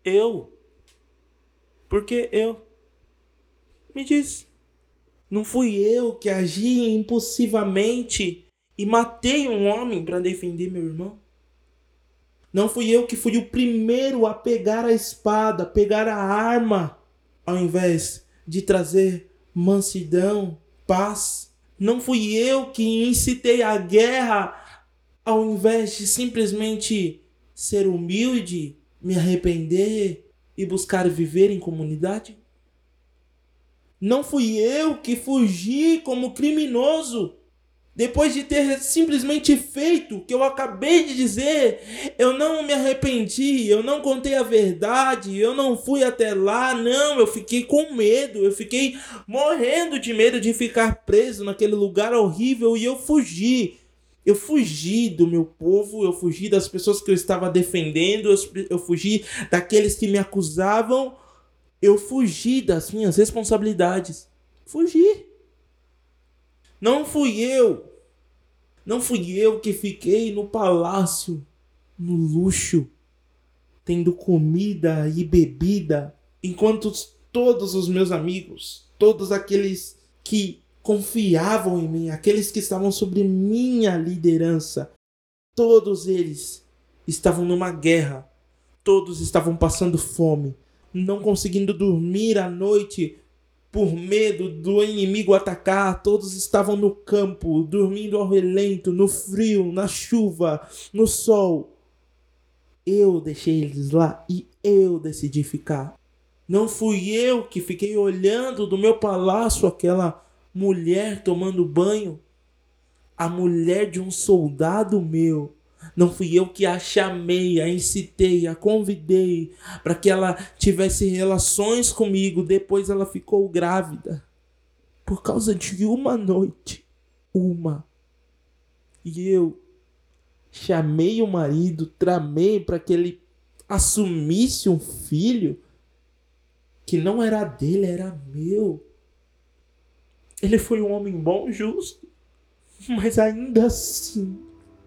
Eu. Porque eu. Me diz. Não fui eu que agi impulsivamente e matei um homem para defender meu irmão? Não fui eu que fui o primeiro a pegar a espada, pegar a arma, ao invés de trazer mansidão, paz? Não fui eu que incitei a guerra, ao invés de simplesmente ser humilde, me arrepender e buscar viver em comunidade? Não fui eu que fugi como criminoso, depois de ter simplesmente feito o que eu acabei de dizer. Eu não me arrependi, eu não contei a verdade, eu não fui até lá, não, eu fiquei com medo, eu fiquei morrendo de medo de ficar preso naquele lugar horrível e eu fugi. Eu fugi do meu povo, eu fugi das pessoas que eu estava defendendo, eu fugi daqueles que me acusavam, eu fugi das minhas responsabilidades. Fugi. Não fui eu. Não fui eu que fiquei no palácio, no luxo, tendo comida e bebida, enquanto todos os meus amigos, todos aqueles que confiavam em mim, aqueles que estavam sob minha liderança, todos eles estavam numa guerra, todos estavam passando fome, não conseguindo dormir à noite por medo do inimigo atacar. Todos estavam no campo, dormindo ao relento, no frio, na chuva, no sol. Eu deixei eles lá e eu decidi ficar. Não fui eu que fiquei olhando do meu palácio aquela mulher tomando banho, a mulher de um soldado meu. Não fui eu que a chamei, a incitei, a convidei para que ela tivesse relações comigo. Depois ela ficou grávida. Por causa de uma noite. Uma. E eu chamei o marido, tramei para que ele assumisse um filho que não era dele, era meu. Ele foi um homem bom, justo. Mas ainda assim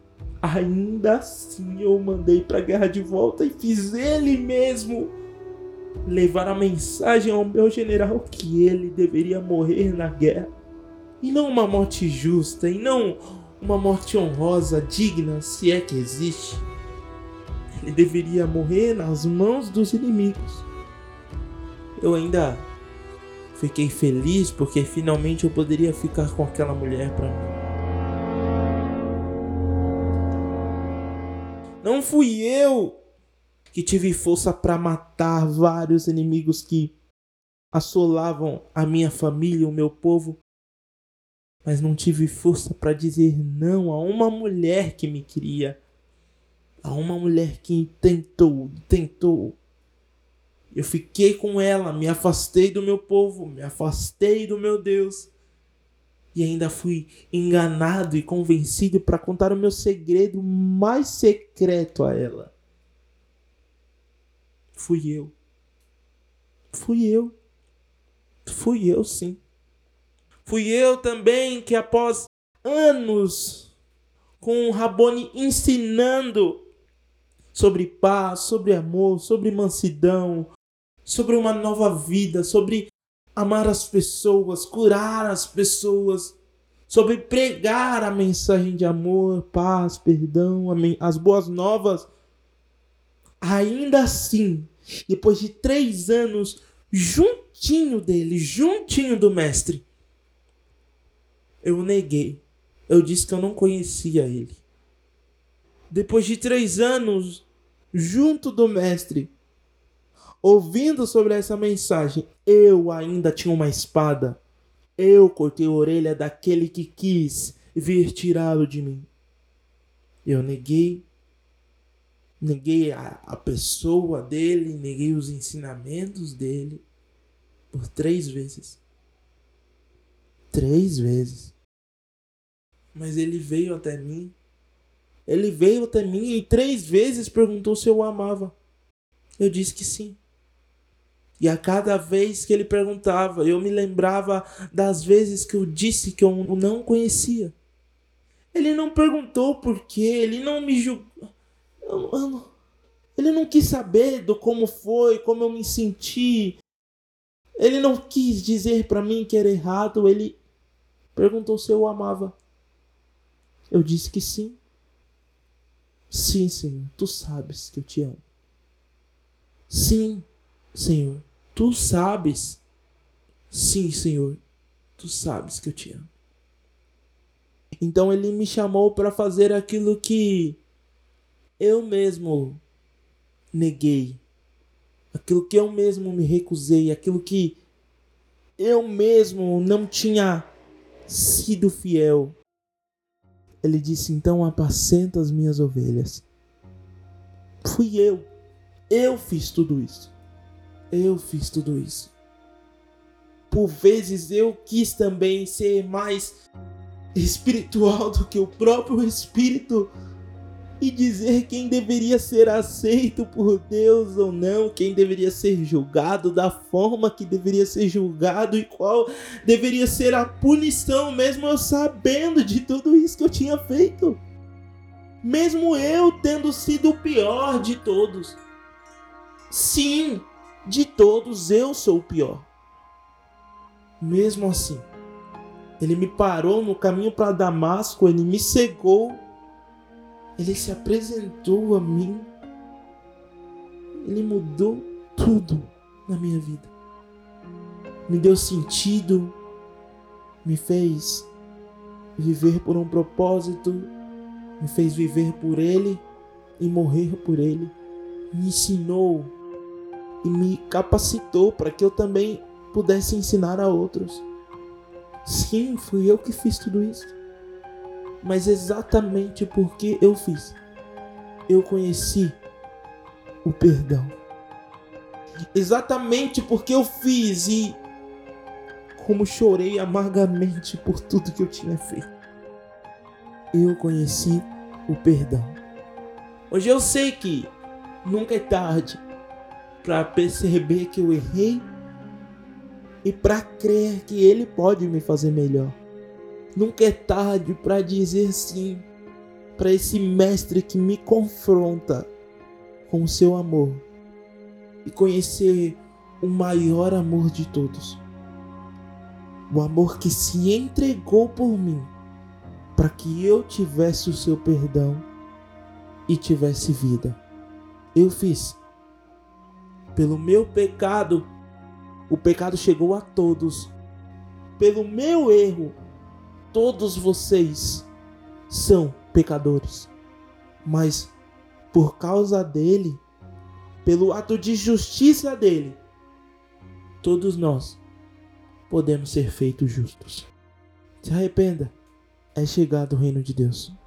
eu o mandei pra guerra de volta e fiz ele mesmo levar a mensagem ao meu general que ele deveria morrer na guerra. E não uma morte justa, e não uma morte honrosa, digna, se é que existe. Ele deveria morrer nas mãos dos inimigos. Eu ainda fiquei feliz porque finalmente eu poderia ficar com aquela mulher pra mim. Não fui eu que tive força para matar vários inimigos que assolavam a minha família, o meu povo, mas não tive força para dizer não a uma mulher que me queria, a uma mulher que tentou. Eu fiquei com ela, me afastei do meu povo, me afastei do meu Deus. E ainda fui enganado e convencido para contar o meu segredo mais secreto a ela. Fui eu. Fui eu, sim. Fui eu também que, após anos com o Rabone ensinando sobre paz, sobre amor, sobre mansidão, sobre uma nova vida, sobre amar as pessoas, curar as pessoas, sobre pregar a mensagem de amor, paz, perdão, as boas novas. Ainda assim, depois de 3 anos juntinho dele, juntinho do mestre, eu neguei. Eu disse que eu não conhecia ele. Depois de 3 anos junto do mestre, ouvindo sobre essa mensagem, eu ainda tinha uma espada. Eu cortei a orelha daquele que quis vir tirá-lo de mim. Eu neguei a pessoa dele, neguei os ensinamentos dele por 3 vezes. 3 vezes. Mas ele veio até mim. Ele veio até mim e 3 vezes perguntou se eu o amava. Eu disse que sim. E a cada vez que ele perguntava, eu me lembrava das vezes que eu disse que eu o não conhecia. Ele não perguntou por quê, ele não me julgou. Ele não quis saber do como foi, como eu me senti. Ele não quis dizer para mim que era errado. Ele perguntou se eu amava. Eu disse que sim. Sim, Senhor, tu sabes que eu te amo. Sim, Senhor, tu sabes. Sim, Senhor, tu sabes que eu te amo. Então ele me chamou para fazer aquilo que eu mesmo neguei. Aquilo que eu mesmo me recusei. Aquilo que eu mesmo não tinha sido fiel. Ele disse, então apacenta as minhas ovelhas. Fui eu. Eu fiz tudo isso. Eu fiz tudo isso. Por vezes eu quis também ser mais espiritual do que o próprio Espírito e dizer quem deveria ser aceito por Deus ou não, quem deveria ser julgado da forma que deveria ser julgado e qual deveria ser a punição, mesmo eu sabendo de tudo isso que eu tinha feito. Mesmo eu tendo sido o pior de todos. Sim, de todos eu sou o pior. Mesmo assim, ele me parou no caminho para Damasco, ele me cegou, ele se apresentou a mim, ele mudou tudo na minha vida. Me deu sentido, me fez viver por um propósito, me fez viver por ele e morrer por ele. Me ensinou e me capacitou para que eu também pudesse ensinar a outros. Sim, fui eu que fiz tudo isso. Mas exatamente porque eu fiz, eu conheci o perdão. Exatamente porque eu fiz e como chorei amargamente por tudo que eu tinha feito, eu conheci o perdão. Hoje eu sei que nunca é tarde para perceber que eu errei e para crer que Ele pode me fazer melhor. Nunca é tarde para dizer sim para esse mestre que me confronta com o seu amor e conhecer o maior amor de todos. O amor que se entregou por mim para que eu tivesse o seu perdão e tivesse vida. Eu fiz. Pelo meu pecado, o pecado chegou a todos. Pelo meu erro, todos vocês são pecadores. Mas por causa dele, pelo ato de justiça dele, todos nós podemos ser feitos justos. Se arrependa, é chegado o reino de Deus.